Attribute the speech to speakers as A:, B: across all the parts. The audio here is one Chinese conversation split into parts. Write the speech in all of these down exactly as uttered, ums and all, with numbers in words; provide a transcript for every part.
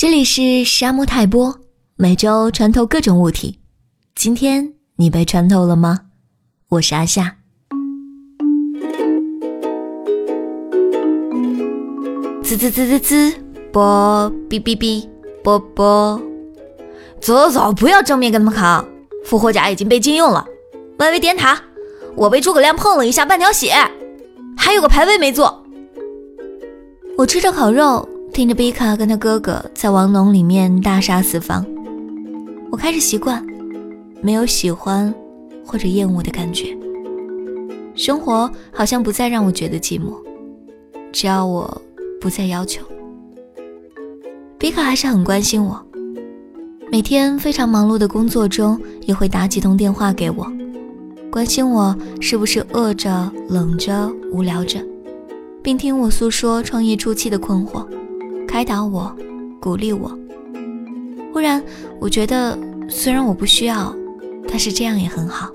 A: 这里是沙漠泰波，每周穿透各种物体。今天你被穿透了吗？我是阿夏。滋滋滋滋滋，啵哔哔哔，啵啵。走走，不要正面跟他们扛，复活甲已经被禁用了。外围点塔，我被诸葛亮碰了一下半条血，还有个排位没做。我吃着烤肉，听着比卡跟他哥哥在王龙里面大杀四方，我开始习惯没有喜欢或者厌恶的感觉。生活好像不再让我觉得寂寞，只要我不再要求。比卡还是很关心我，每天非常忙碌的工作中也会打几通电话给我，关心我是不是饿着、冷着、无聊着，并听我诉说创业初期的困惑，开导我，鼓励我。忽然我觉得虽然我不需要，但是这样也很好。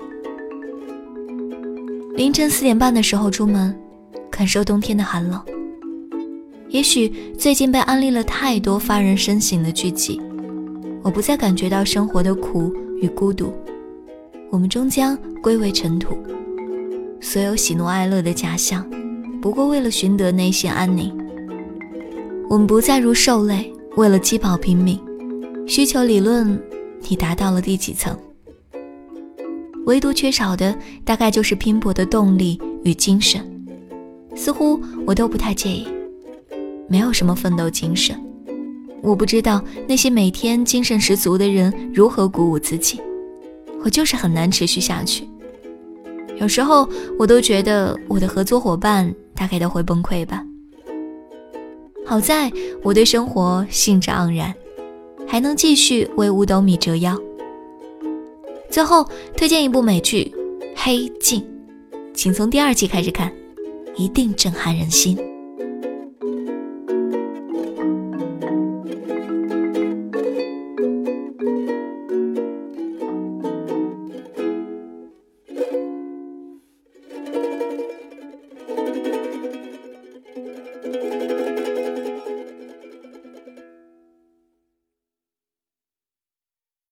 A: 凌晨四点半的时候出门，感受冬天的寒冷。也许最近被安利了太多发人深省的剧集，我不再感觉到生活的苦与孤独，我们终将归为尘土。所有喜怒哀乐的假象，不过为了寻得内心安宁。我们不再如兽类，为了饥饱拼命。需求理论，你达到了第几层？唯独缺少的大概就是拼搏的动力与精神。似乎我都不太介意，没有什么奋斗精神。我不知道那些每天精神十足的人如何鼓舞自己，我就是很难持续下去。有时候我都觉得我的合作伙伴大概都会崩溃吧。好在我对生活兴致盎然，还能继续为五斗米折腰。最后推荐一部美剧《黑镜》，请从第二季开始看，一定震撼人心。